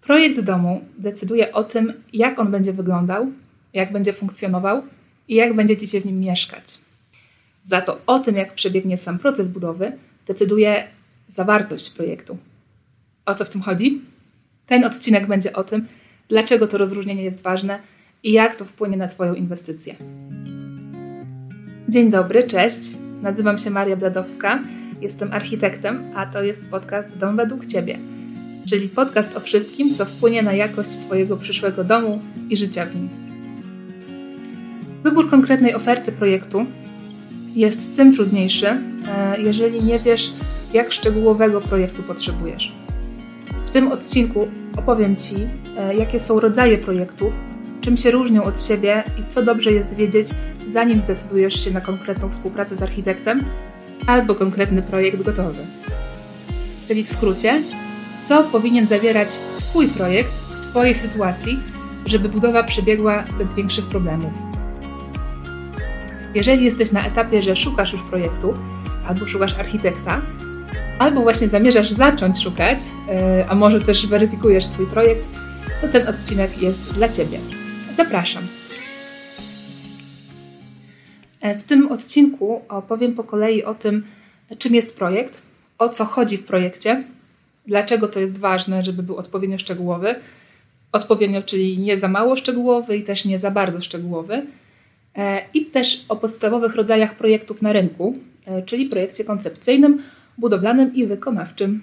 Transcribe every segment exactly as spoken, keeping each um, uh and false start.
Projekt domu decyduje o tym, jak on będzie wyglądał, jak będzie funkcjonował i jak będzie Ci się w nim mieszkać. Za to o tym, jak przebiegnie sam proces budowy, decyduje zawartość projektu. O co w tym chodzi? Ten odcinek będzie o tym, dlaczego to rozróżnienie jest ważne i jak to wpłynie na Twoją inwestycję. Dzień dobry, cześć. Nazywam się Maria Bladowska, jestem architektem, a to jest podcast Dom według Ciebie, czyli podcast o wszystkim, co wpłynie na jakość Twojego przyszłego domu i życia w nim. Wybór konkretnej oferty projektu jest tym trudniejszy, jeżeli nie wiesz, jak szczegółowego projektu potrzebujesz. W tym odcinku opowiem Ci, jakie są rodzaje projektów, czym się różnią od siebie i co dobrze jest wiedzieć, zanim zdecydujesz się na konkretną współpracę z architektem albo konkretny projekt gotowy. Czyli w skrócie, co powinien zawierać Twój projekt w Twojej sytuacji, żeby budowa przebiegła bez większych problemów. Jeżeli jesteś na etapie, że szukasz już projektu, albo szukasz architekta, albo właśnie zamierzasz zacząć szukać, a może też weryfikujesz swój projekt, to ten odcinek jest dla Ciebie. Zapraszam. W tym odcinku opowiem po kolei o tym, czym jest projekt, o co chodzi w projekcie, dlaczego to jest ważne, żeby był odpowiednio szczegółowy, odpowiednio, czyli nie za mało szczegółowy i też nie za bardzo szczegółowy, i też o podstawowych rodzajach projektów na rynku, czyli projekcie koncepcyjnym, budowlanym i wykonawczym.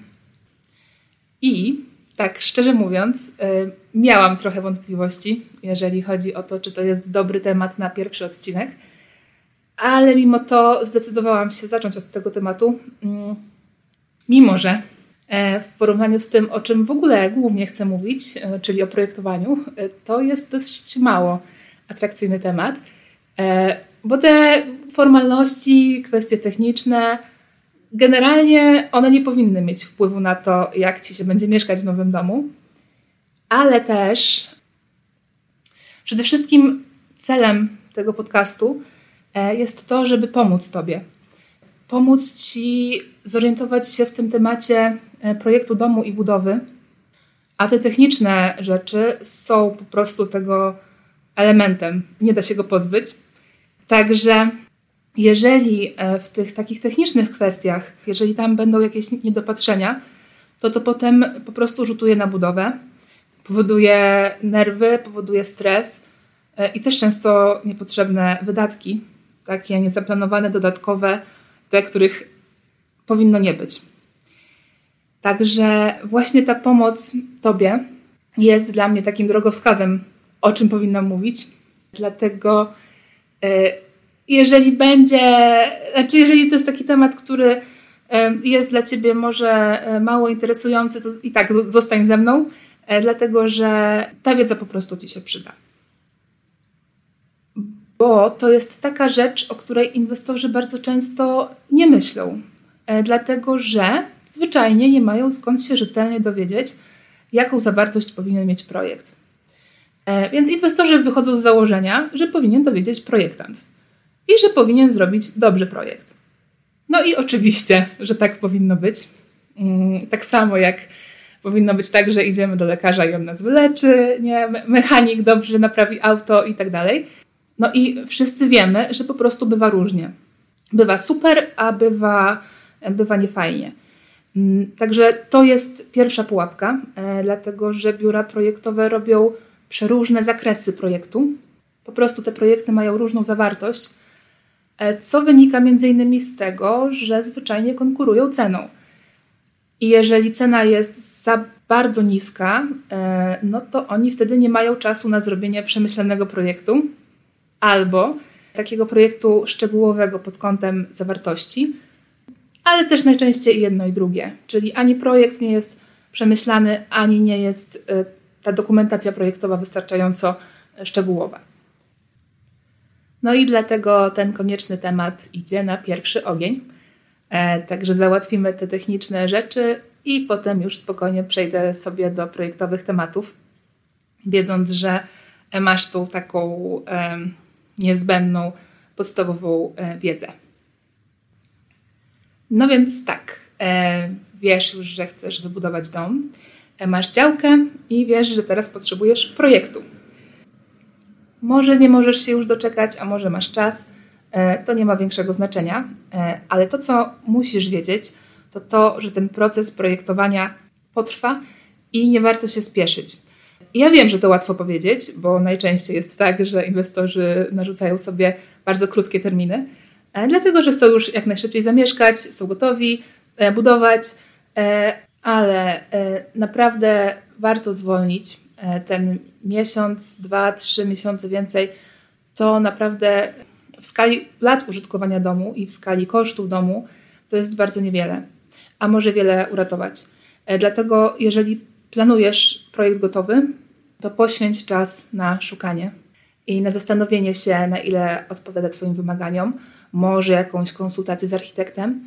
I tak szczerze mówiąc, miałam trochę wątpliwości, jeżeli chodzi o to, czy to jest dobry temat na pierwszy odcinek, ale mimo to zdecydowałam się zacząć od tego tematu, mimo że w porównaniu z tym, o czym w ogóle głównie chcę mówić, czyli o projektowaniu, to jest dość mało atrakcyjny temat, bo te formalności, kwestie techniczne, generalnie one nie powinny mieć wpływu na to, jak Ci się będzie mieszkać w nowym domu, ale też przede wszystkim celem tego podcastu jest to, żeby pomóc Tobie. Pomóc Ci zorientować się w tym temacie projektu domu i budowy, a te techniczne rzeczy są po prostu tego elementem. Nie da się go pozbyć. Także jeżeli w tych takich technicznych kwestiach, jeżeli tam będą jakieś niedopatrzenia, to to potem po prostu rzutuje na budowę, powoduje nerwy, powoduje stres i też często niepotrzebne wydatki, takie niezaplanowane, dodatkowe, te, których powinno nie być. Także właśnie ta pomoc Tobie jest dla mnie takim drogowskazem, o czym powinnam mówić. Dlatego jeżeli będzie, znaczy jeżeli to jest taki temat, który jest dla Ciebie może mało interesujący, to i tak zostań ze mną, dlatego że ta wiedza po prostu Ci się przyda. Bo to jest taka rzecz, o której inwestorzy bardzo często nie myślą, dlatego że zwyczajnie nie mają skąd się rzetelnie dowiedzieć, jaką zawartość powinien mieć projekt. Więc inwestorzy wychodzą z założenia, że powinien to wiedzieć projektant i że powinien zrobić dobry projekt. No i oczywiście, że tak powinno być. Tak samo jak powinno być tak, że idziemy do lekarza i on nas wyleczy, nie? Mechanik dobrze naprawi auto i tak dalej. No i wszyscy wiemy, że po prostu bywa różnie. Bywa super, a bywa, bywa niefajnie. Także to jest pierwsza pułapka, dlatego że biura projektowe robią przeróżne zakresy projektu. Po prostu te projekty mają różną zawartość, co wynika między innymi z tego, że zwyczajnie konkurują ceną. I jeżeli cena jest za bardzo niska, no to oni wtedy nie mają czasu na zrobienie przemyślanego projektu albo takiego projektu szczegółowego pod kątem zawartości, ale też najczęściej jedno i drugie. Czyli ani projekt nie jest przemyślany, ani nie jest ta dokumentacja projektowa wystarczająco szczegółowa. No i dlatego ten konieczny temat idzie na pierwszy ogień. E, także załatwimy te techniczne rzeczy i potem już spokojnie przejdę sobie do projektowych tematów, wiedząc, że masz tu taką e, niezbędną, podstawową e, wiedzę. No więc tak, e, wiesz już, że chcesz wybudować dom. Masz działkę i wiesz, że teraz potrzebujesz projektu. Może nie możesz się już doczekać, a może masz czas. To nie ma większego znaczenia, ale to, co musisz wiedzieć, to to, że ten proces projektowania potrwa i nie warto się spieszyć. Ja wiem, że to łatwo powiedzieć, bo najczęściej jest tak, że inwestorzy narzucają sobie bardzo krótkie terminy, dlatego że chcą już jak najszybciej zamieszkać, są gotowi budować, ale naprawdę warto zwolnić. Ten miesiąc, dwa, trzy miesiące więcej to naprawdę w skali lat użytkowania domu i w skali kosztów domu to jest bardzo niewiele, a może wiele uratować. Dlatego jeżeli planujesz projekt gotowy, to poświęć czas na szukanie i na zastanowienie się, na ile odpowiada Twoim wymaganiom, może jakąś konsultację z architektem.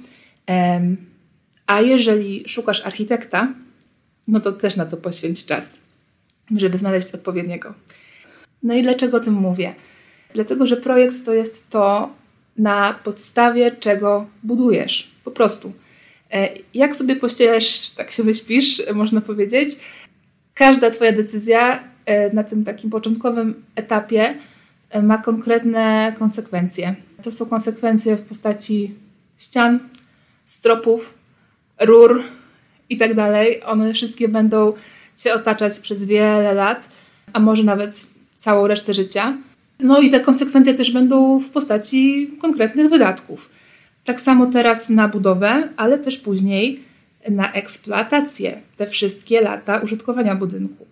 A jeżeli szukasz architekta, no to też na to poświęć czas, żeby znaleźć odpowiedniego. No i dlaczego o tym mówię? Dlatego, że projekt to jest to, na podstawie czego budujesz. Po prostu. Jak sobie pościelesz, tak się wyśpisz, można powiedzieć. Każda Twoja decyzja na tym takim początkowym etapie ma konkretne konsekwencje. To są konsekwencje w postaci ścian, stropów, rur i tak dalej. One wszystkie będą Cię otaczać przez wiele lat, a może nawet całą resztę życia. No i te konsekwencje też będą w postaci konkretnych wydatków. Tak samo teraz na budowę, ale też później na eksploatację, te wszystkie lata użytkowania budynku.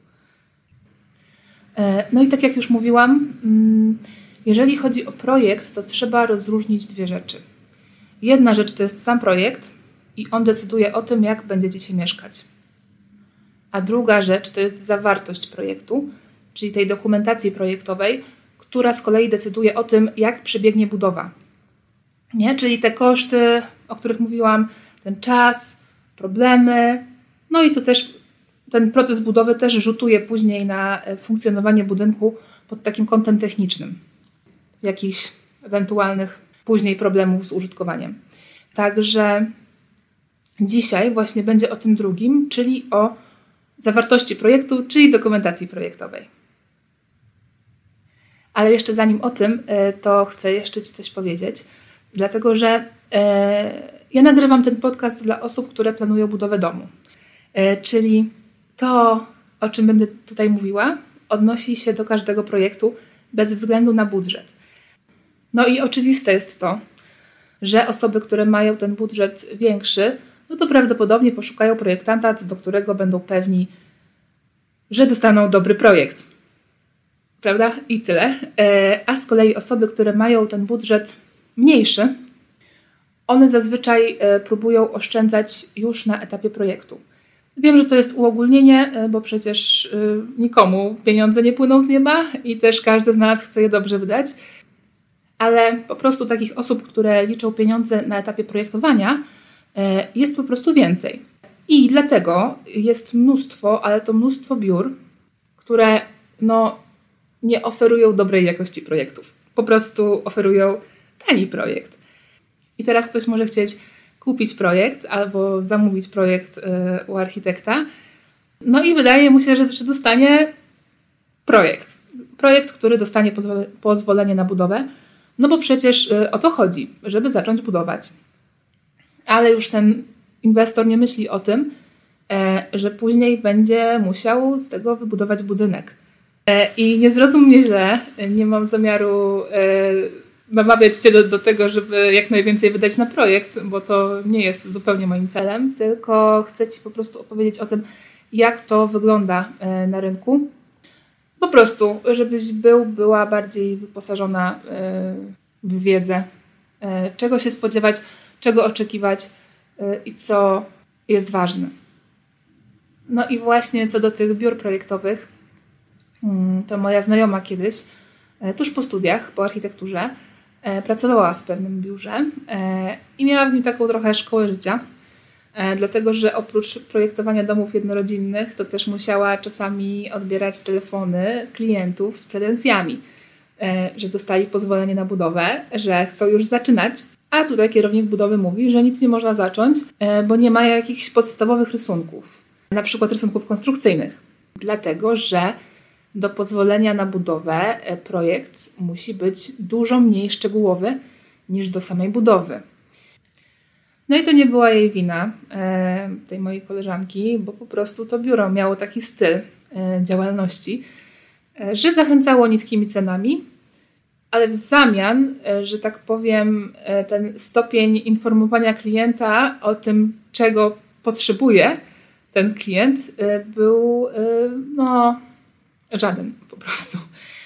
No i tak jak już mówiłam, jeżeli chodzi o projekt, to trzeba rozróżnić dwie rzeczy. Jedna rzecz to jest sam projekt i on decyduje o tym, jak będziecie się mieszkać. A druga rzecz to jest zawartość projektu, czyli tej dokumentacji projektowej, która z kolei decyduje o tym, jak przebiegnie budowa. Nie? Czyli te koszty, o których mówiłam, ten czas, problemy, no i to też ten proces budowy też rzutuje później na funkcjonowanie budynku pod takim kątem technicznym. Jakichś ewentualnych później problemów z użytkowaniem. Także dzisiaj właśnie będzie o tym drugim, czyli o zawartości projektu, czyli dokumentacji projektowej. Ale jeszcze zanim o tym, to chcę jeszcze Ci coś powiedzieć, dlatego że ja nagrywam ten podcast dla osób, które planują budowę domu. Czyli to, o czym będę tutaj mówiła, odnosi się do każdego projektu bez względu na budżet. No i oczywiste jest to, że osoby, które mają ten budżet większy, no to prawdopodobnie poszukają projektanta, co do którego będą pewni, że dostaną dobry projekt. Prawda? I tyle. A z kolei osoby, które mają ten budżet mniejszy, one zazwyczaj próbują oszczędzać już na etapie projektu. Wiem, że to jest uogólnienie, bo przecież nikomu pieniądze nie płyną z nieba i też każdy z nas chce je dobrze wydać, ale po prostu takich osób, które liczą pieniądze na etapie projektowania, jest po prostu więcej. I dlatego jest mnóstwo, ale to mnóstwo biur, które no, nie oferują dobrej jakości projektów. Po prostu oferują tani projekt. I teraz ktoś może chcieć kupić projekt albo zamówić projekt u architekta. No i wydaje mu się, że dostanie projekt. Projekt, który dostanie pozwole- pozwolenie na budowę. No bo przecież o to chodzi, żeby zacząć budować. Ale już ten inwestor nie myśli o tym, że później będzie musiał z tego wybudować budynek. I nie zrozum mnie źle, nie mam zamiaru namawiać Cię do, do tego, żeby jak najwięcej wydać na projekt, bo to nie jest zupełnie moim celem, tylko chcę Ci po prostu opowiedzieć o tym, jak to wygląda na rynku. Po prostu, żebyś był, była bardziej wyposażona w wiedzę, czego się spodziewać, czego oczekiwać i co jest ważne. No i właśnie co do tych biur projektowych, to moja znajoma kiedyś, tuż po studiach, po architekturze, pracowała w pewnym biurze i miała w nim taką trochę szkołę życia, dlatego że oprócz projektowania domów jednorodzinnych, to też musiała czasami odbierać telefony klientów z pretensjami, że dostali pozwolenie na budowę, że chcą już zaczynać, a tutaj kierownik budowy mówi, że nic nie można zacząć, bo nie ma jakichś podstawowych rysunków. na przykład rysunków konstrukcyjnych. Dlatego, że do pozwolenia na budowę projekt musi być dużo mniej szczegółowy niż do samej budowy. No i to nie była jej wina, tej mojej koleżanki, bo po prostu to biuro miało taki styl działalności, że zachęcało niskimi cenami, ale w zamian, że tak powiem, ten stopień informowania klienta o tym, czego potrzebuje ten klient, był no żaden po prostu.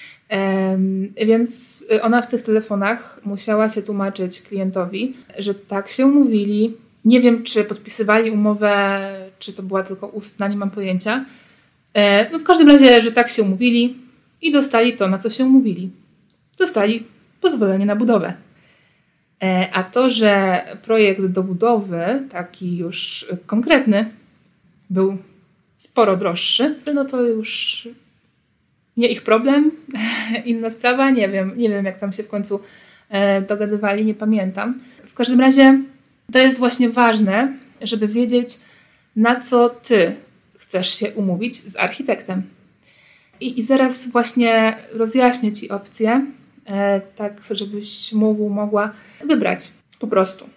Więc ona w tych telefonach musiała się tłumaczyć klientowi, że tak się umówili. Nie wiem, czy podpisywali umowę, czy to była tylko ustna, nie mam pojęcia. No w każdym razie, że tak się umówili i dostali to, na co się umówili. Dostali pozwolenie na budowę. A to, że projekt do budowy, taki już konkretny, był sporo droższy, no to już nie ich problem, inna sprawa, nie wiem, nie wiem jak tam się w końcu dogadywali, nie pamiętam. W każdym razie to jest właśnie ważne, żeby wiedzieć, na co ty chcesz się umówić z architektem. I, i zaraz właśnie rozjaśnię ci opcje, e, tak żebyś mógł, mogła wybrać po prostu.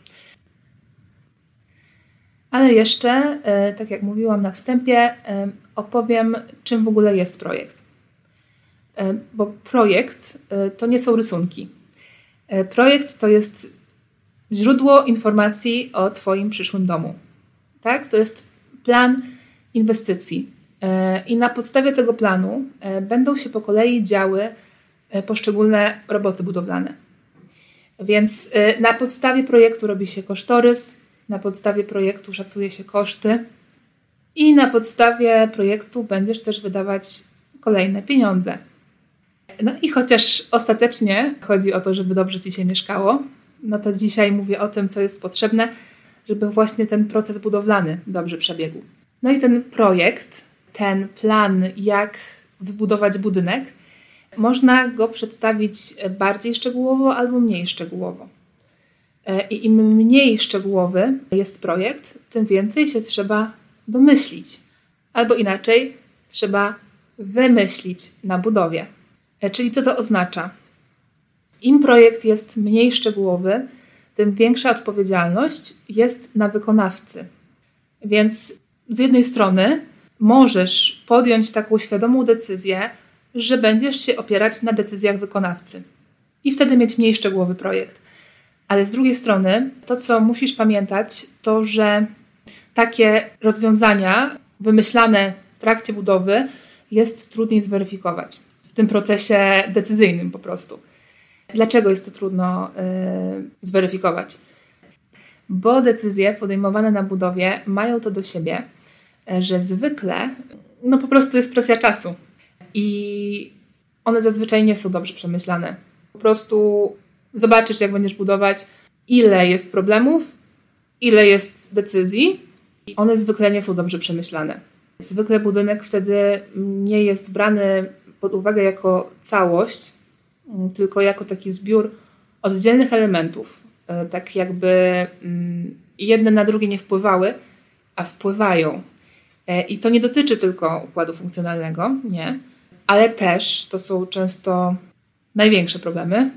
Ale jeszcze, e, tak jak mówiłam na wstępie, e, opowiem, czym w ogóle jest projekt. E, bo projekt e, to nie są rysunki. E, projekt to jest źródło informacji o twoim przyszłym domu. Tak? To jest plan inwestycji. I na podstawie tego planu będą się po kolei działy poszczególne roboty budowlane. Więc na podstawie projektu robi się kosztorys, na podstawie projektu szacuje się koszty i na podstawie projektu będziesz też wydawać kolejne pieniądze. No i chociaż ostatecznie chodzi o to, żeby dobrze ci się mieszkało, no to dzisiaj mówię o tym, co jest potrzebne, żeby właśnie ten proces budowlany dobrze przebiegł. No i ten projekt, ten plan, jak wybudować budynek, można go przedstawić bardziej szczegółowo albo mniej szczegółowo. I im mniej szczegółowy jest projekt, tym więcej się trzeba domyślić. Albo inaczej, trzeba wymyślić na budowie. Czyli co to oznacza? Im projekt jest mniej szczegółowy, tym większa odpowiedzialność jest na wykonawcy. Więc z jednej strony możesz podjąć taką świadomą decyzję, że będziesz się opierać na decyzjach wykonawcy i wtedy mieć mniej szczegółowy projekt. Ale z drugiej strony to, co musisz pamiętać, to, że takie rozwiązania wymyślane w trakcie budowy jest trudniej zweryfikować w tym procesie decyzyjnym po prostu. Dlaczego jest to trudno yy, zweryfikować? Bo decyzje podejmowane na budowie mają to do siebie, że zwykle no po prostu jest presja czasu i one zazwyczaj nie są dobrze przemyślane. Po prostu zobaczysz, jak będziesz budować, ile jest problemów, ile jest decyzji i one zwykle nie są dobrze przemyślane. Zwykle budynek wtedy nie jest brany pod uwagę jako całość, tylko jako taki zbiór oddzielnych elementów. Tak jakby jedne na drugie nie wpływały, a wpływają. I to nie dotyczy tylko układu funkcjonalnego, nie, ale też to są często największe problemy,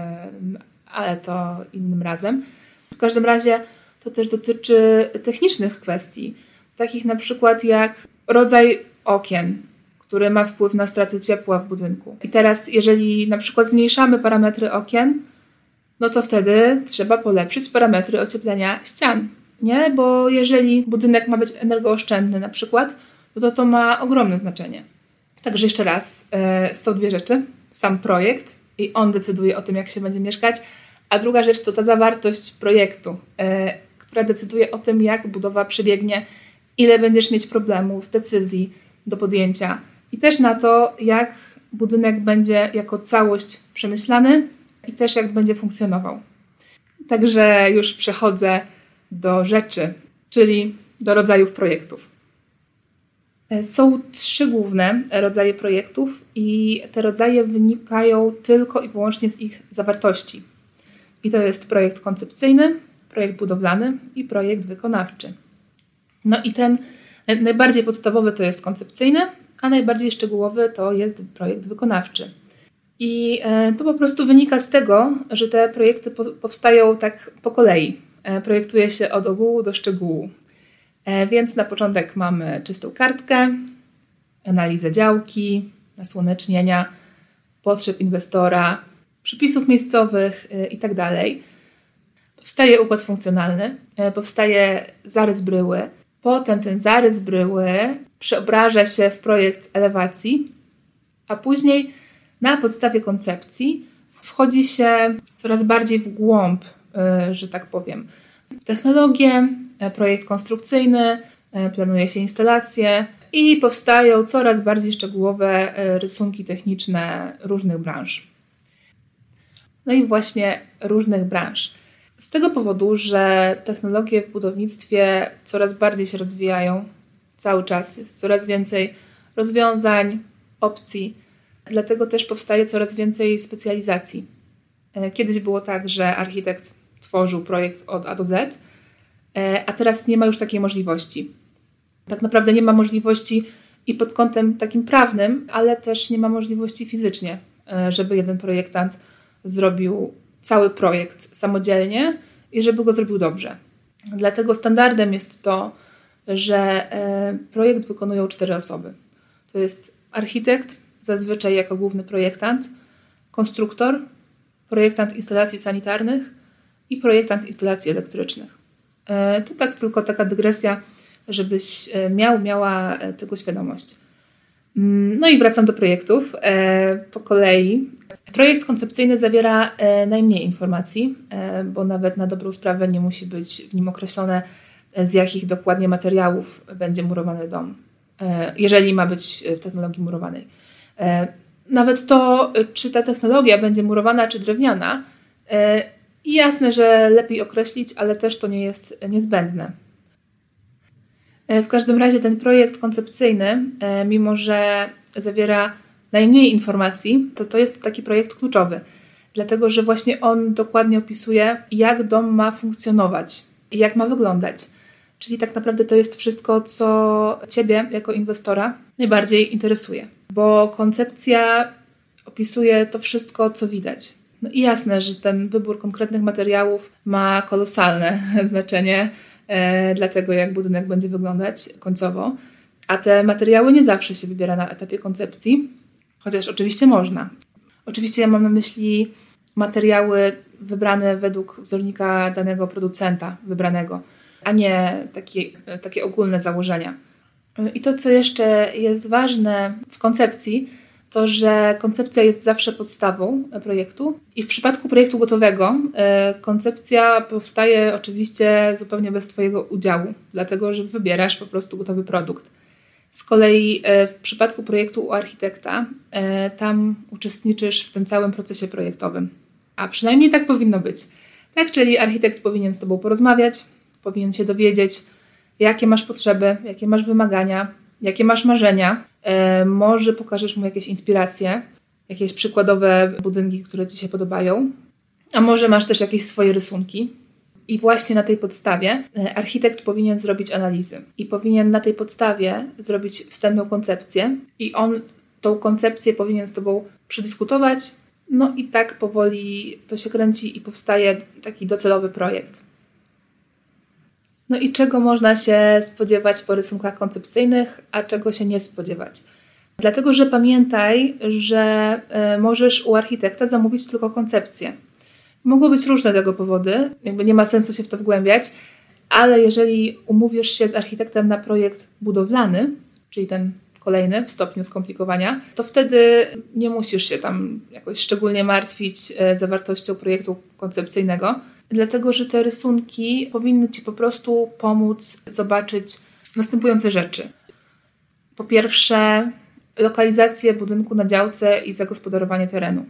ale to innym razem. W każdym razie to też dotyczy technicznych kwestii, takich na przykład jak rodzaj okien, który ma wpływ na straty ciepła w budynku. I teraz, jeżeli na przykład zmniejszamy parametry okien, no to wtedy trzeba polepszyć parametry ocieplenia ścian, nie? Bo jeżeli budynek ma być energooszczędny na przykład, no to to ma ogromne znaczenie. Także jeszcze raz, yy, są dwie rzeczy. Sam projekt i on decyduje o tym, jak się będzie mieszkać, a druga rzecz to ta zawartość projektu, yy, która decyduje o tym, jak budowa przebiegnie, ile będziesz mieć problemów, decyzji do podjęcia i też na to, jak budynek będzie jako całość przemyślany i też jak będzie funkcjonował. Także już przechodzę do rzeczy, czyli do rodzajów projektów. Są trzy główne rodzaje projektów i te rodzaje wynikają tylko i wyłącznie z ich zawartości. I to jest projekt koncepcyjny, projekt budowlany i projekt wykonawczy. No i ten Najbardziej podstawowy to jest koncepcyjny, a najbardziej szczegółowy to jest projekt wykonawczy. I to po prostu wynika z tego, że te projekty powstają tak po kolei. Projektuje się od ogółu do szczegółu. Więc na początek mamy czystą kartkę, analizę działki, nasłonecznienia, potrzeb inwestora, przepisów miejscowych itd. Powstaje układ funkcjonalny, powstaje zarys bryły. Potem ten zarys bryły przeobraża się w projekt elewacji, a później na podstawie koncepcji wchodzi się coraz bardziej w głąb, że tak powiem, technologię, projekt konstrukcyjny, planuje się instalacje i powstają coraz bardziej szczegółowe rysunki techniczne różnych branż. No i właśnie różnych branż. Z tego powodu, że technologie w budownictwie coraz bardziej się rozwijają, cały czas jest coraz więcej rozwiązań, opcji, dlatego też powstaje coraz więcej specjalizacji. Kiedyś było tak, że architekt tworzył projekt od A do Z, a teraz nie ma już takiej możliwości. Tak naprawdę nie ma możliwości i pod kątem takim prawnym, ale też nie ma możliwości fizycznie, żeby jeden projektant zrobił cały projekt samodzielnie i żeby go zrobił dobrze. Dlatego standardem jest to, że projekt wykonują cztery osoby. To jest architekt, zazwyczaj jako główny projektant, konstruktor, projektant instalacji sanitarnych i projektant instalacji elektrycznych. To tak tylko taka dygresja, żebyś miał, miała tego świadomość. No i wracam do projektów po kolei. Projekt koncepcyjny zawiera najmniej informacji, bo nawet na dobrą sprawę nie musi być w nim określone, z jakich dokładnie materiałów będzie murowany dom, jeżeli ma być w technologii murowanej. Nawet to, czy ta technologia będzie murowana, czy drewniana, jasne, że lepiej określić, ale też to nie jest niezbędne. W każdym razie ten projekt koncepcyjny, mimo że zawiera najmniej informacji, to to jest taki projekt kluczowy, dlatego że właśnie on dokładnie opisuje, jak dom ma funkcjonować i jak ma wyglądać. Czyli tak naprawdę to jest wszystko, co Ciebie jako inwestora najbardziej interesuje, bo koncepcja opisuje to wszystko, co widać. No i jasne, że ten wybór konkretnych materiałów ma kolosalne znaczenie e, dla tego, jak budynek będzie wyglądać końcowo, a te materiały nie zawsze się wybiera na etapie koncepcji, chociaż oczywiście można. Oczywiście ja mam na myśli materiały wybrane według wzornika danego producenta wybranego, a nie takie, takie ogólne założenia. I to, co jeszcze jest ważne w koncepcji, to, że koncepcja jest zawsze podstawą projektu i w przypadku projektu gotowego koncepcja powstaje oczywiście zupełnie bez Twojego udziału, dlatego że wybierasz po prostu gotowy produkt. Z kolei w przypadku projektu u architekta tam uczestniczysz w tym całym procesie projektowym, a przynajmniej tak powinno być. Tak, czyli architekt powinien z Tobą porozmawiać, powinien się dowiedzieć, jakie masz potrzeby, jakie masz wymagania, jakie masz marzenia. E, może pokażesz mu jakieś inspiracje, jakieś przykładowe budynki, które Ci się podobają, a może masz też jakieś swoje rysunki. I właśnie na tej podstawie architekt powinien zrobić analizy i powinien na tej podstawie zrobić wstępną koncepcję i on tą koncepcję powinien z Tobą przedyskutować, no i tak powoli to się kręci i powstaje taki docelowy projekt. No i czego można się spodziewać po rysunkach koncepcyjnych, a czego się nie spodziewać? Dlatego, że pamiętaj, że możesz u architekta zamówić tylko koncepcję. Mogą być różne tego powody, jakby nie ma sensu się w to wgłębiać, ale jeżeli umówisz się z architektem na projekt budowlany, czyli ten kolejny w stopniu skomplikowania, to wtedy nie musisz się tam jakoś szczególnie martwić zawartością projektu koncepcyjnego, dlatego że te rysunki powinny Ci po prostu pomóc zobaczyć następujące rzeczy. Po pierwsze, lokalizację budynku na działce i zagospodarowanie terenu.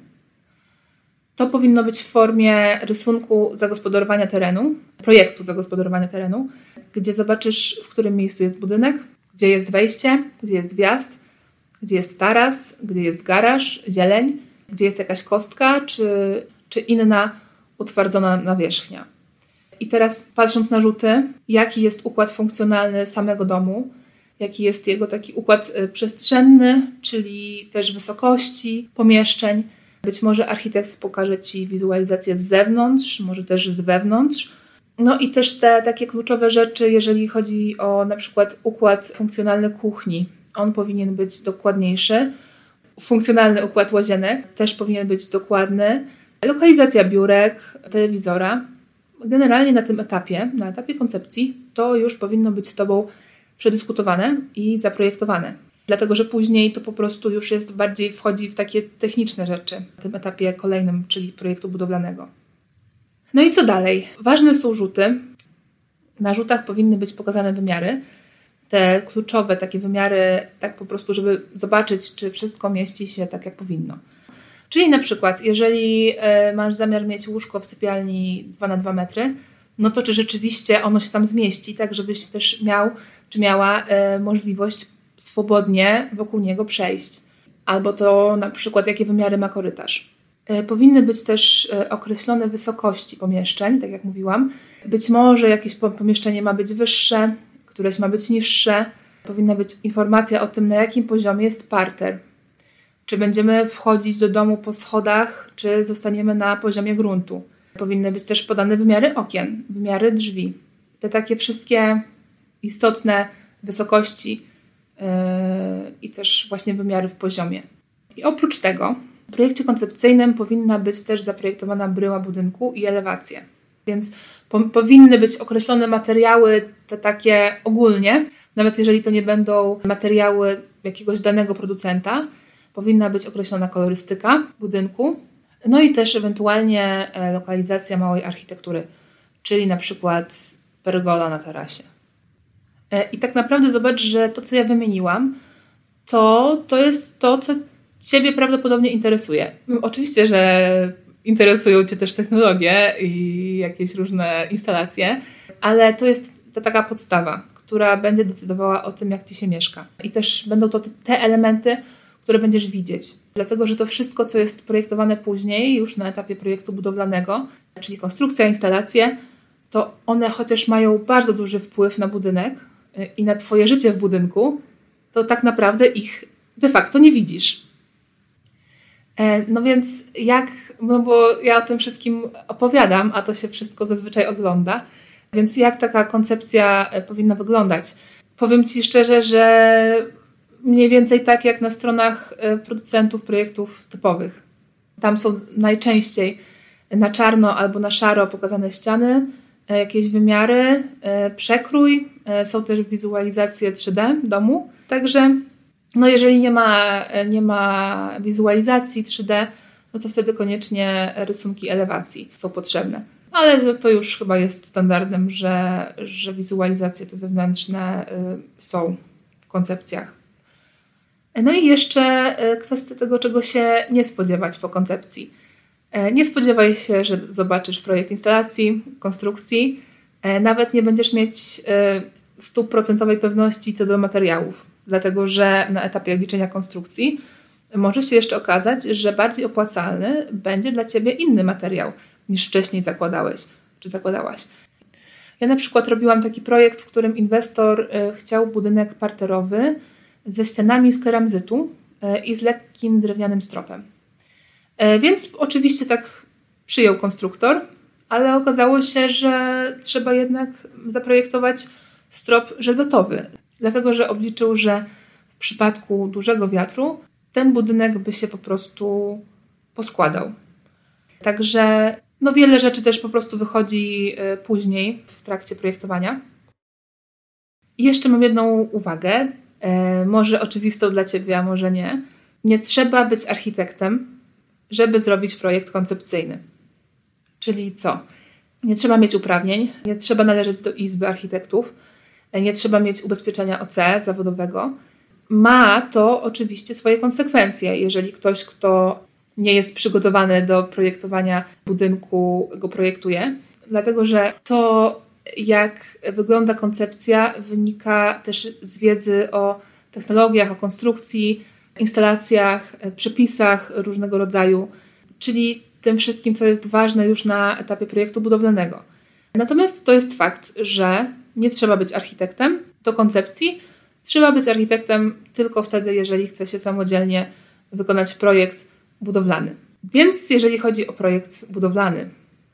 To powinno być w formie rysunku zagospodarowania terenu, projektu zagospodarowania terenu, gdzie zobaczysz, w którym miejscu jest budynek, gdzie jest wejście, gdzie jest wjazd, gdzie jest taras, gdzie jest garaż, zieleń, gdzie jest jakaś kostka czy, czy inna utwardzona nawierzchnia. I teraz patrząc na rzuty, jaki jest układ funkcjonalny samego domu, jaki jest jego taki układ przestrzenny, czyli też wysokości pomieszczeń. Być może architekt pokaże Ci wizualizację z zewnątrz, może też z wewnątrz. No i też te takie kluczowe rzeczy, jeżeli chodzi o na przykład układ funkcjonalny kuchni. On powinien być dokładniejszy. Funkcjonalny układ łazienek też powinien być dokładny. Lokalizacja biurek, telewizora. Generalnie na tym etapie, na etapie koncepcji, to już powinno być z Tobą przedyskutowane i zaprojektowane. Dlatego, że później to po prostu już jest bardziej wchodzi w takie techniczne rzeczy na tym etapie kolejnym, czyli projektu budowlanego. No i co dalej? Ważne są rzuty. Na rzutach powinny być pokazane wymiary. Te kluczowe takie wymiary, tak po prostu, żeby zobaczyć, czy wszystko mieści się tak, jak powinno. Czyli na przykład, jeżeli masz zamiar mieć łóżko w sypialni dwa na dwa metry, no to czy rzeczywiście ono się tam zmieści, tak żebyś też miał, czy miała możliwość swobodnie wokół niego przejść. Albo to na przykład, jakie wymiary ma korytarz. Powinny być też określone wysokości pomieszczeń, tak jak mówiłam. Być może jakieś pomieszczenie ma być wyższe, któreś ma być niższe. Powinna być informacja o tym, na jakim poziomie jest parter. Czy będziemy wchodzić do domu po schodach, czy zostaniemy na poziomie gruntu. Powinny być też podane wymiary okien, wymiary drzwi. Te takie wszystkie istotne wysokości yy, i też właśnie wymiary w poziomie. I oprócz tego w projekcie koncepcyjnym powinna być też zaprojektowana bryła budynku i elewacje. Więc po, powinny być określone materiały te takie ogólnie, nawet jeżeli to nie będą materiały jakiegoś danego producenta. Powinna być określona kolorystyka budynku, no i też ewentualnie lokalizacja małej architektury, czyli na przykład pergola na tarasie. I tak naprawdę zobacz, że to, co ja wymieniłam, to, to jest to, co Ciebie prawdopodobnie interesuje. Oczywiście, że interesują Cię też technologie i jakieś różne instalacje, ale to jest ta taka podstawa, która będzie decydowała o tym, jak Ci się mieszka. I też będą to te elementy, które będziesz widzieć. Dlatego, że to wszystko, co jest projektowane później, już na etapie projektu budowlanego, czyli konstrukcja, instalacje, to one chociaż mają bardzo duży wpływ na budynek i na Twoje życie w budynku, to tak naprawdę ich de facto nie widzisz. No więc jak, no bo ja o tym wszystkim opowiadam, a to się wszystko zazwyczaj ogląda, więc jak taka koncepcja powinna wyglądać? Powiem Ci szczerze, że mniej więcej tak jak na stronach producentów projektów typowych. Tam są najczęściej na czarno albo na szaro pokazane ściany, jakieś wymiary, przekrój, są też wizualizacje trzy D domu. Także no jeżeli nie ma, nie ma wizualizacji trzy D, no to wtedy koniecznie rysunki elewacji są potrzebne. Ale to już chyba jest standardem, że, że wizualizacje te zewnętrzne są w koncepcjach. No i jeszcze kwestia tego, czego się nie spodziewać po koncepcji. Nie spodziewaj się, że zobaczysz projekt instalacji, konstrukcji. Nawet nie będziesz mieć stuprocentowej pewności co do materiałów, dlatego że na etapie liczenia konstrukcji może się jeszcze okazać, że bardziej opłacalny będzie dla Ciebie inny materiał niż wcześniej zakładałeś czy zakładałaś. Ja na przykład robiłam taki projekt, w którym inwestor chciał budynek parterowy ze ścianami z keramzytu i z lekkim drewnianym stropem. Więc oczywiście tak przyjął konstruktor, ale okazało się, że trzeba jednak zaprojektować strop żelbetowy, dlatego że obliczył, że w przypadku dużego wiatru ten budynek by się po prostu poskładał. Także no wiele rzeczy też po prostu wychodzi później w trakcie projektowania. I jeszcze mam jedną uwagę, może oczywistą dla Ciebie, a może nie. Nie trzeba być architektem, żeby zrobić projekt koncepcyjny. Czyli co? Nie trzeba mieć uprawnień, nie trzeba należeć do Izby Architektów, nie trzeba mieć ubezpieczenia O C zawodowego. Ma to oczywiście swoje konsekwencje, jeżeli ktoś, kto nie jest przygotowany do projektowania budynku, go projektuje. Dlatego, że to, jak wygląda koncepcja, wynika też z wiedzy o technologiach, o konstrukcji, instalacjach, przepisach różnego rodzaju, czyli tym wszystkim, co jest ważne już na etapie projektu budowlanego. Natomiast to jest fakt, że nie trzeba być architektem do koncepcji, Trzeba być architektem tylko wtedy, jeżeli chce się samodzielnie wykonać projekt budowlany. Więc jeżeli chodzi o projekt budowlany,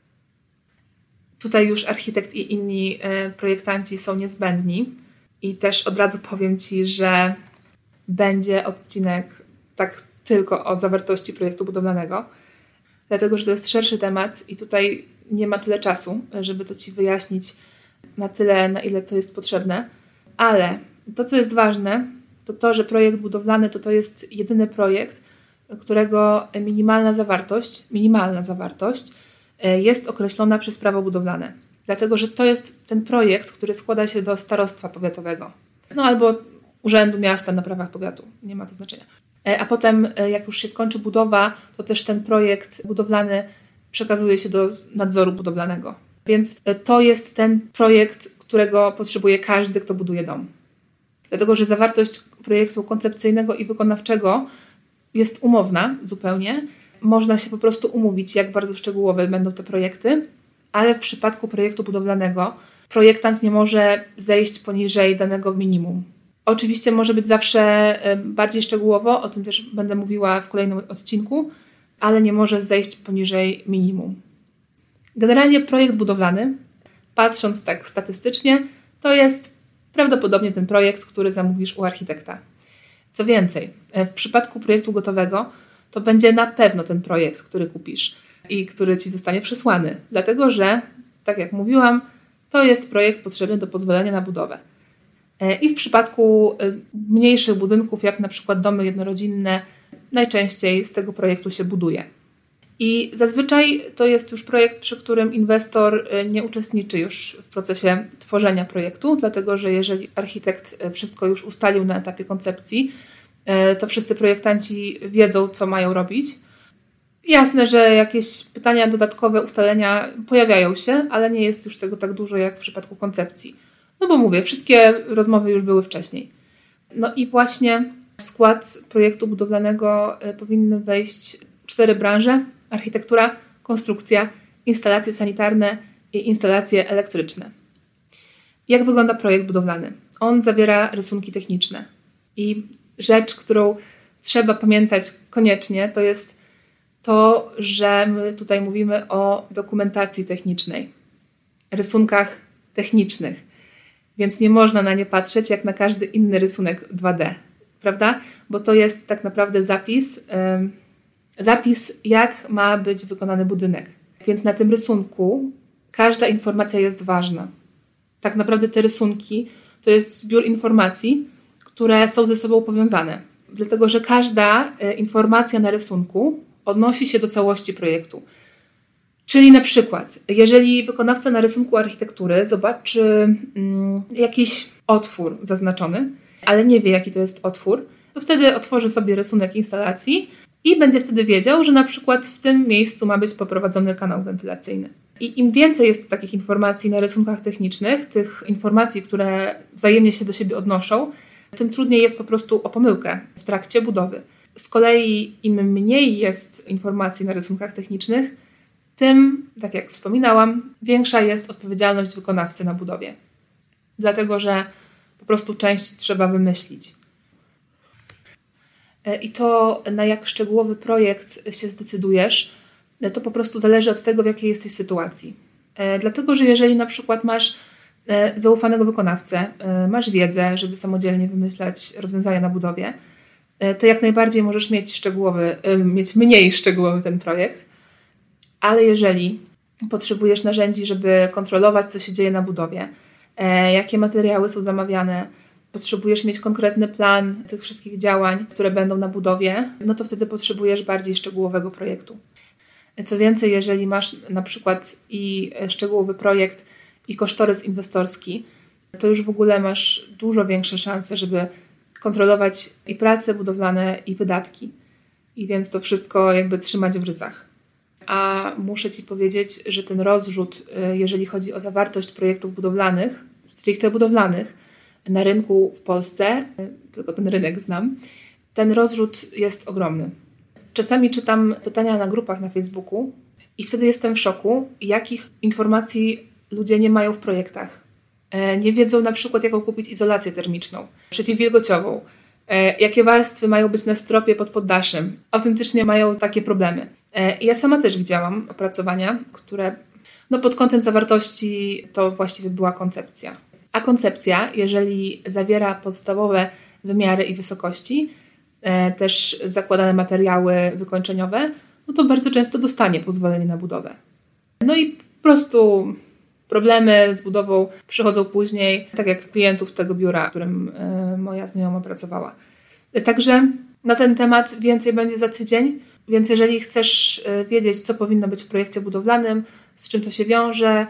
tutaj już architekt i inni projektanci są niezbędni i też od razu powiem Ci, że będzie odcinek tak tylko o zawartości projektu budowlanego, dlatego że to jest szerszy temat i tutaj nie ma tyle czasu, żeby to Ci wyjaśnić na tyle, na ile to jest potrzebne, ale to, co jest ważne, to to, że projekt budowlany to to jest jedyny projekt, którego minimalna zawartość, minimalna zawartość jest określona przez prawo budowlane. Dlatego, że to jest ten projekt, który składa się do starostwa powiatowego. No albo urzędu miasta na prawach powiatu. Nie ma to znaczenia. A potem, jak już się skończy budowa, to też ten projekt budowlany przekazuje się do nadzoru budowlanego. Więc to jest ten projekt, którego potrzebuje każdy, kto buduje dom. Dlatego, że zawartość projektu koncepcyjnego i wykonawczego jest umowna zupełnie. Można się po prostu umówić, jak bardzo szczegółowe będą te projekty, ale w przypadku projektu budowlanego projektant nie może zejść poniżej danego minimum. Oczywiście może być zawsze bardziej szczegółowo, o tym też będę mówiła w kolejnym odcinku, ale nie może zejść poniżej minimum. Generalnie projekt budowlany, patrząc tak statystycznie, to jest prawdopodobnie ten projekt, który zamówisz u architekta. Co więcej, w przypadku projektu gotowego to będzie na pewno ten projekt, który kupisz i który Ci zostanie przesłany. Dlatego, że, tak jak mówiłam, to jest projekt potrzebny do pozwolenia na budowę. I w przypadku mniejszych budynków, jak na przykład domy jednorodzinne, najczęściej z tego projektu się buduje. I zazwyczaj to jest już projekt, przy którym inwestor nie uczestniczy już w procesie tworzenia projektu, dlatego że jeżeli architekt wszystko już ustalił na etapie koncepcji, to wszyscy projektanci wiedzą, co mają robić. Jasne, że jakieś pytania dodatkowe, ustalenia pojawiają się, ale nie jest już tego tak dużo jak w przypadku koncepcji. No bo mówię, wszystkie rozmowy już były wcześniej. No i właśnie w skład projektu budowlanego powinny wejść cztery branże: architektura, konstrukcja, instalacje sanitarne i instalacje elektryczne. Jak wygląda projekt budowlany? On zawiera rysunki techniczne. I rzecz, którą trzeba pamiętać koniecznie, to jest to, że my tutaj mówimy o dokumentacji technicznej, rysunkach technicznych, więc nie można na nie patrzeć jak na każdy inny rysunek dwa D, prawda? Bo to jest tak naprawdę zapis, yy, zapis, jak ma być wykonany budynek. Więc na tym rysunku każda informacja jest ważna. Tak naprawdę te rysunki to jest zbiór informacji, które są ze sobą powiązane. Dlatego, że każda informacja na rysunku odnosi się do całości projektu. Czyli na przykład, jeżeli wykonawca na rysunku architektury zobaczy mm, jakiś otwór zaznaczony, ale nie wie, jaki to jest otwór, to wtedy otworzy sobie rysunek instalacji i będzie wtedy wiedział, że na przykład w tym miejscu ma być poprowadzony kanał wentylacyjny. I im więcej jest takich informacji na rysunkach technicznych, tych informacji, które wzajemnie się do siebie odnoszą, tym trudniej jest po prostu o pomyłkę w trakcie budowy. Z kolei im mniej jest informacji na rysunkach technicznych, tym, tak jak wspominałam, większa jest odpowiedzialność wykonawcy na budowie. Dlatego, że po prostu część trzeba wymyślić. I to, na jak szczegółowy projekt się zdecydujesz, to po prostu zależy od tego, w jakiej jesteś sytuacji. Dlatego, że jeżeli na przykład masz zaufanego wykonawcę, masz wiedzę, żeby samodzielnie wymyślać rozwiązania na budowie, to jak najbardziej możesz mieć szczegółowy, mieć mniej szczegółowy ten projekt, ale jeżeli potrzebujesz narzędzi, żeby kontrolować, co się dzieje na budowie, jakie materiały są zamawiane, potrzebujesz mieć konkretny plan tych wszystkich działań, które będą na budowie, no to wtedy potrzebujesz bardziej szczegółowego projektu. Co więcej, jeżeli masz na przykład i szczegółowy projekt, i kosztorys inwestorski, to już w ogóle masz dużo większe szanse, żeby kontrolować i prace budowlane, i wydatki. I więc to wszystko jakby trzymać w ryzach. A muszę Ci powiedzieć, że ten rozrzut, jeżeli chodzi o zawartość projektów budowlanych, stricte budowlanych, na rynku w Polsce, tylko ten rynek znam, ten rozrzut jest ogromny. Czasami czytam pytania na grupach na Facebooku i wtedy jestem w szoku, jakich informacji ludzie nie mają w projektach. Nie wiedzą na przykład, jaką kupić izolację termiczną, przeciwwilgociową, jakie warstwy mają być na stropie pod poddaszem. Autentycznie mają takie problemy. Ja sama też widziałam opracowania, które no pod kątem zawartości to właściwie była koncepcja. A koncepcja, jeżeli zawiera podstawowe wymiary i wysokości, też zakładane materiały wykończeniowe, no to bardzo często dostanie pozwolenie na budowę. No i po prostu problemy z budową przychodzą później, tak jak klientów tego biura, w którym moja znajoma pracowała. Także na ten temat więcej będzie za tydzień, więc jeżeli chcesz wiedzieć, co powinno być w projekcie budowlanym, z czym to się wiąże,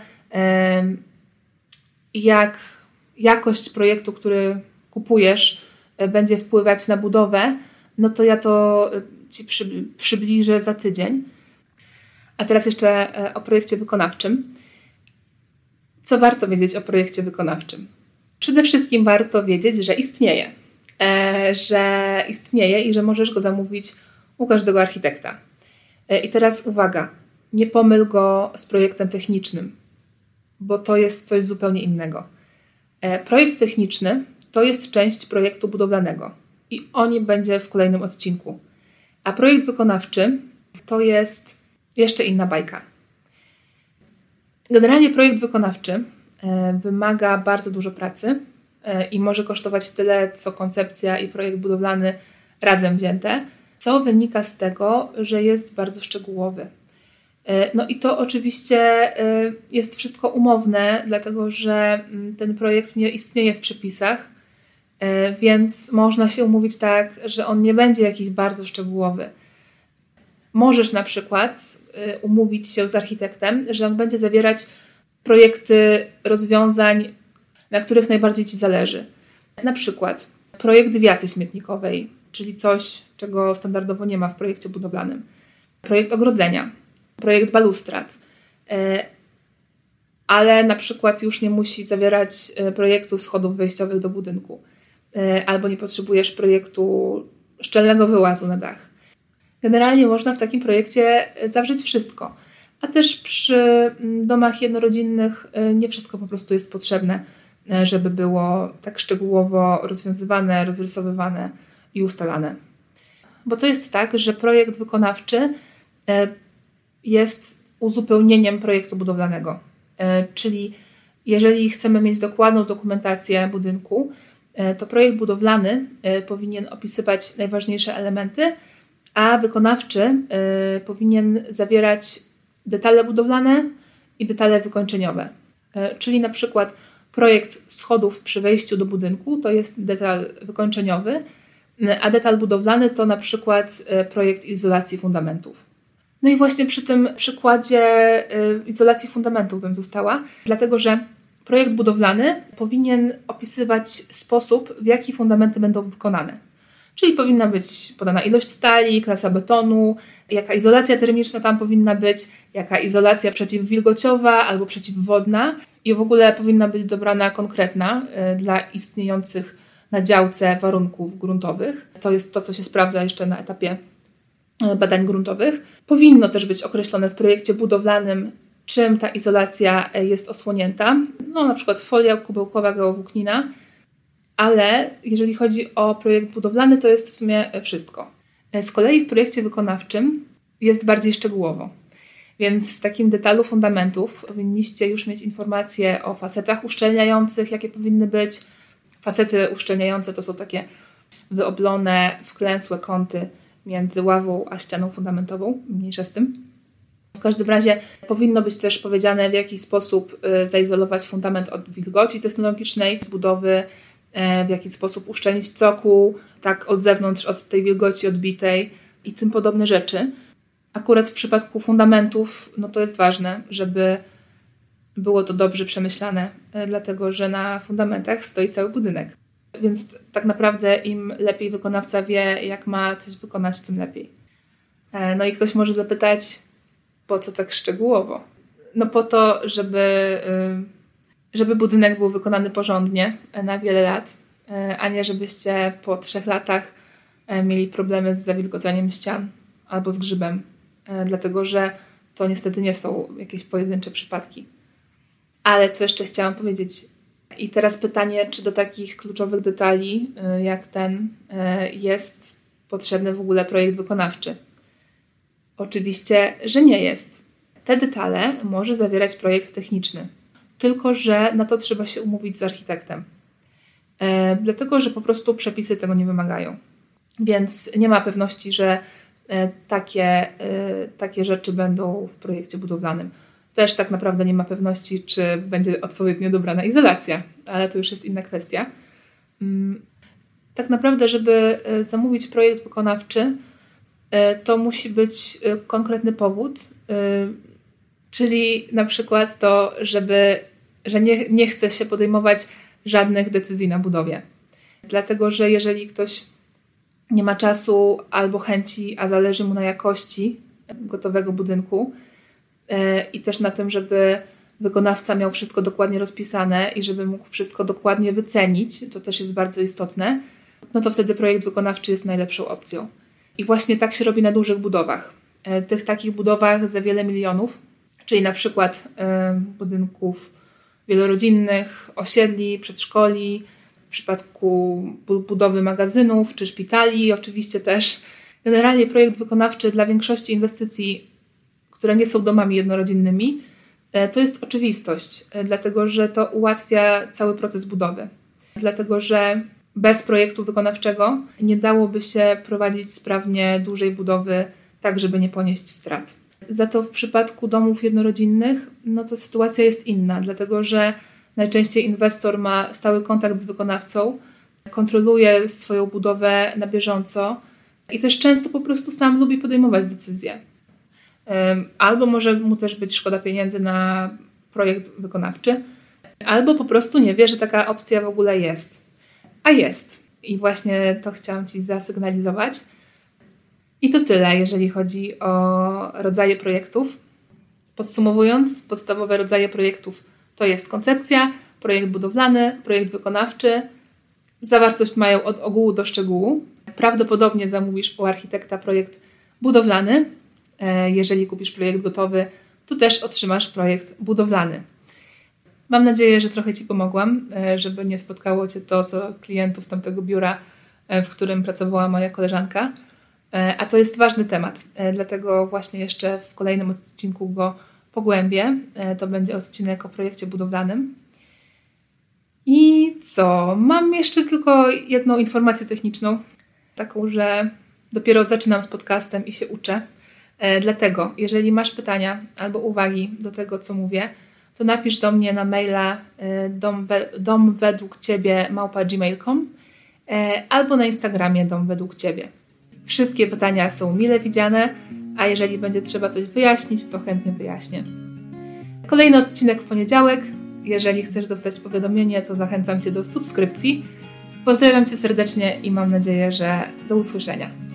jak jakość projektu, który kupujesz, będzie wpływać na budowę, no to ja to Ci przybliżę za tydzień. A teraz jeszcze o projekcie wykonawczym. Co warto wiedzieć o projekcie wykonawczym? Przede wszystkim warto wiedzieć, że istnieje. E, że istnieje i że możesz go zamówić u każdego architekta. E, I teraz uwaga, nie pomyl go z projektem technicznym, bo to jest coś zupełnie innego. E, projekt techniczny to jest część projektu budowlanego i o nim będzie w kolejnym odcinku. A projekt wykonawczy to jest jeszcze inna bajka. Generalnie projekt wykonawczy wymaga bardzo dużo pracy i może kosztować tyle, co koncepcja i projekt budowlany razem wzięte, co wynika z tego, że jest bardzo szczegółowy. No i to oczywiście jest wszystko umowne, dlatego że ten projekt nie istnieje w przepisach, więc można się umówić tak, że on nie będzie jakiś bardzo szczegółowy. Możesz na przykład umówić się z architektem, że on będzie zawierać projekty rozwiązań, na których najbardziej Ci zależy. Na przykład projekt wiaty śmietnikowej, czyli coś, czego standardowo nie ma w projekcie budowlanym. Projekt ogrodzenia, projekt balustrad, ale na przykład już nie musi zawierać projektu schodów wejściowych do budynku, albo nie potrzebujesz projektu szczelnego wyłazu na dach. Generalnie można w takim projekcie zawrzeć wszystko, a też przy domach jednorodzinnych nie wszystko po prostu jest potrzebne, żeby było tak szczegółowo rozwiązywane, rozrysowywane i ustalane. Bo to jest tak, że projekt wykonawczy jest uzupełnieniem projektu budowlanego. Czyli jeżeli chcemy mieć dokładną dokumentację budynku, to projekt budowlany powinien opisywać najważniejsze elementy, a wykonawczy y, powinien zawierać detale budowlane i detale wykończeniowe. Y, czyli na przykład projekt schodów przy wejściu do budynku to jest detal wykończeniowy, y, a detal budowlany to na przykład y, projekt izolacji fundamentów. No i właśnie przy tym przykładzie y, izolacji fundamentów bym została, dlatego że projekt budowlany powinien opisywać sposób, w jaki fundamenty będą wykonane. Czyli powinna być podana ilość stali, klasa betonu, jaka izolacja termiczna tam powinna być, jaka izolacja przeciwwilgociowa albo przeciwwodna i w ogóle powinna być dobrana konkretna y, dla istniejących na działce warunków gruntowych. To jest to, co się sprawdza jeszcze na etapie y, badań gruntowych. Powinno też być określone w projekcie budowlanym, czym ta izolacja jest osłonięta. No na przykład folia kubełkowa geowłóknina. Ale jeżeli chodzi o projekt budowlany, to jest w sumie wszystko. Z kolei w projekcie wykonawczym jest bardziej szczegółowo. Więc w takim detalu fundamentów powinniście już mieć informacje o fasetach uszczelniających, jakie powinny być. Fasety uszczelniające to są takie wyoblone, wklęsłe kąty między ławą a ścianą fundamentową, mniejsza z tym. W każdym razie powinno być też powiedziane, w jaki sposób zaizolować fundament od wilgoci technologicznej z budowy, w jaki sposób uszczelnić cokół, tak od zewnątrz, od tej wilgoci odbitej i tym podobne rzeczy. Akurat w przypadku fundamentów, no to jest ważne, żeby było to dobrze przemyślane, dlatego że na fundamentach stoi cały budynek. Więc tak naprawdę im lepiej wykonawca wie, jak ma coś wykonać, tym lepiej. No i ktoś może zapytać, po co tak szczegółowo? No po to, żeby... żeby budynek był wykonany porządnie na wiele lat, a nie żebyście po trzech latach mieli problemy z zawilgoceniem ścian albo z grzybem, dlatego że to niestety nie są jakieś pojedyncze przypadki. Ale co jeszcze chciałam powiedzieć, I teraz pytanie, czy do takich kluczowych detali jak ten jest potrzebny w ogóle projekt wykonawczy? Oczywiście, że nie jest. Te detale może zawierać projekt techniczny, tylko że na to trzeba się umówić z architektem. E, dlatego, że po prostu przepisy tego nie wymagają. Więc nie ma pewności, że e, takie, e, takie rzeczy będą w projekcie budowlanym. Też tak naprawdę nie ma pewności, czy będzie odpowiednio dobrana izolacja, ale to już jest inna kwestia. Mm, tak naprawdę, żeby zamówić projekt wykonawczy, to musi być konkretny powód, czyli na przykład to, żeby, że nie, nie chce się podejmować żadnych decyzji na budowie. Dlatego, że jeżeli ktoś nie ma czasu albo chęci, a zależy mu na jakości gotowego budynku i też na tym, żeby wykonawca miał wszystko dokładnie rozpisane i żeby mógł wszystko dokładnie wycenić, to też jest bardzo istotne, no to wtedy projekt wykonawczy jest najlepszą opcją. I właśnie tak się robi na dużych budowach. Tych takich budowach za wiele milionów, czyli na przykład budynków wielorodzinnych, osiedli, przedszkoli, w przypadku budowy magazynów czy szpitali oczywiście też. Generalnie projekt wykonawczy dla większości inwestycji, które nie są domami jednorodzinnymi, to jest oczywistość, dlatego że to ułatwia cały proces budowy. Dlatego że bez projektu wykonawczego nie dałoby się prowadzić sprawnie dużej budowy tak, żeby nie ponieść strat. Za to w przypadku domów jednorodzinnych no to sytuacja jest inna, dlatego że najczęściej inwestor ma stały kontakt z wykonawcą, kontroluje swoją budowę na bieżąco i też często po prostu sam lubi podejmować decyzje. Albo może mu też być szkoda pieniędzy na projekt wykonawczy, albo po prostu nie wie, że taka opcja w ogóle jest. A jest. I właśnie to chciałam Ci zasygnalizować. I to tyle, jeżeli chodzi o rodzaje projektów. Podsumowując, podstawowe rodzaje projektów to jest koncepcja, projekt budowlany, projekt wykonawczy. Zawartość mają od ogółu do szczegółu. Prawdopodobnie zamówisz u architekta projekt budowlany. Jeżeli kupisz projekt gotowy, to też otrzymasz projekt budowlany. Mam nadzieję, że trochę Ci pomogłam, żeby nie spotkało Cię to, co klientów tamtego biura, w którym pracowała moja koleżanka. A to jest ważny temat, dlatego właśnie jeszcze w kolejnym odcinku go pogłębię. To będzie odcinek o projekcie budowlanym. I co? Mam jeszcze tylko jedną informację techniczną, taką, że dopiero zaczynam z podcastem i się uczę. Dlatego, jeżeli masz pytania albo uwagi do tego, co mówię, to napisz do mnie na maila dom, dom według ciebie małpa gmail kropka com albo na Instagramie dom według ciebie. Wszystkie pytania są mile widziane, a jeżeli będzie trzeba coś wyjaśnić, to chętnie wyjaśnię. Kolejny odcinek w poniedziałek. Jeżeli chcesz dostać powiadomienie, to zachęcam Cię do subskrypcji. Pozdrawiam Cię serdecznie i mam nadzieję, że do usłyszenia.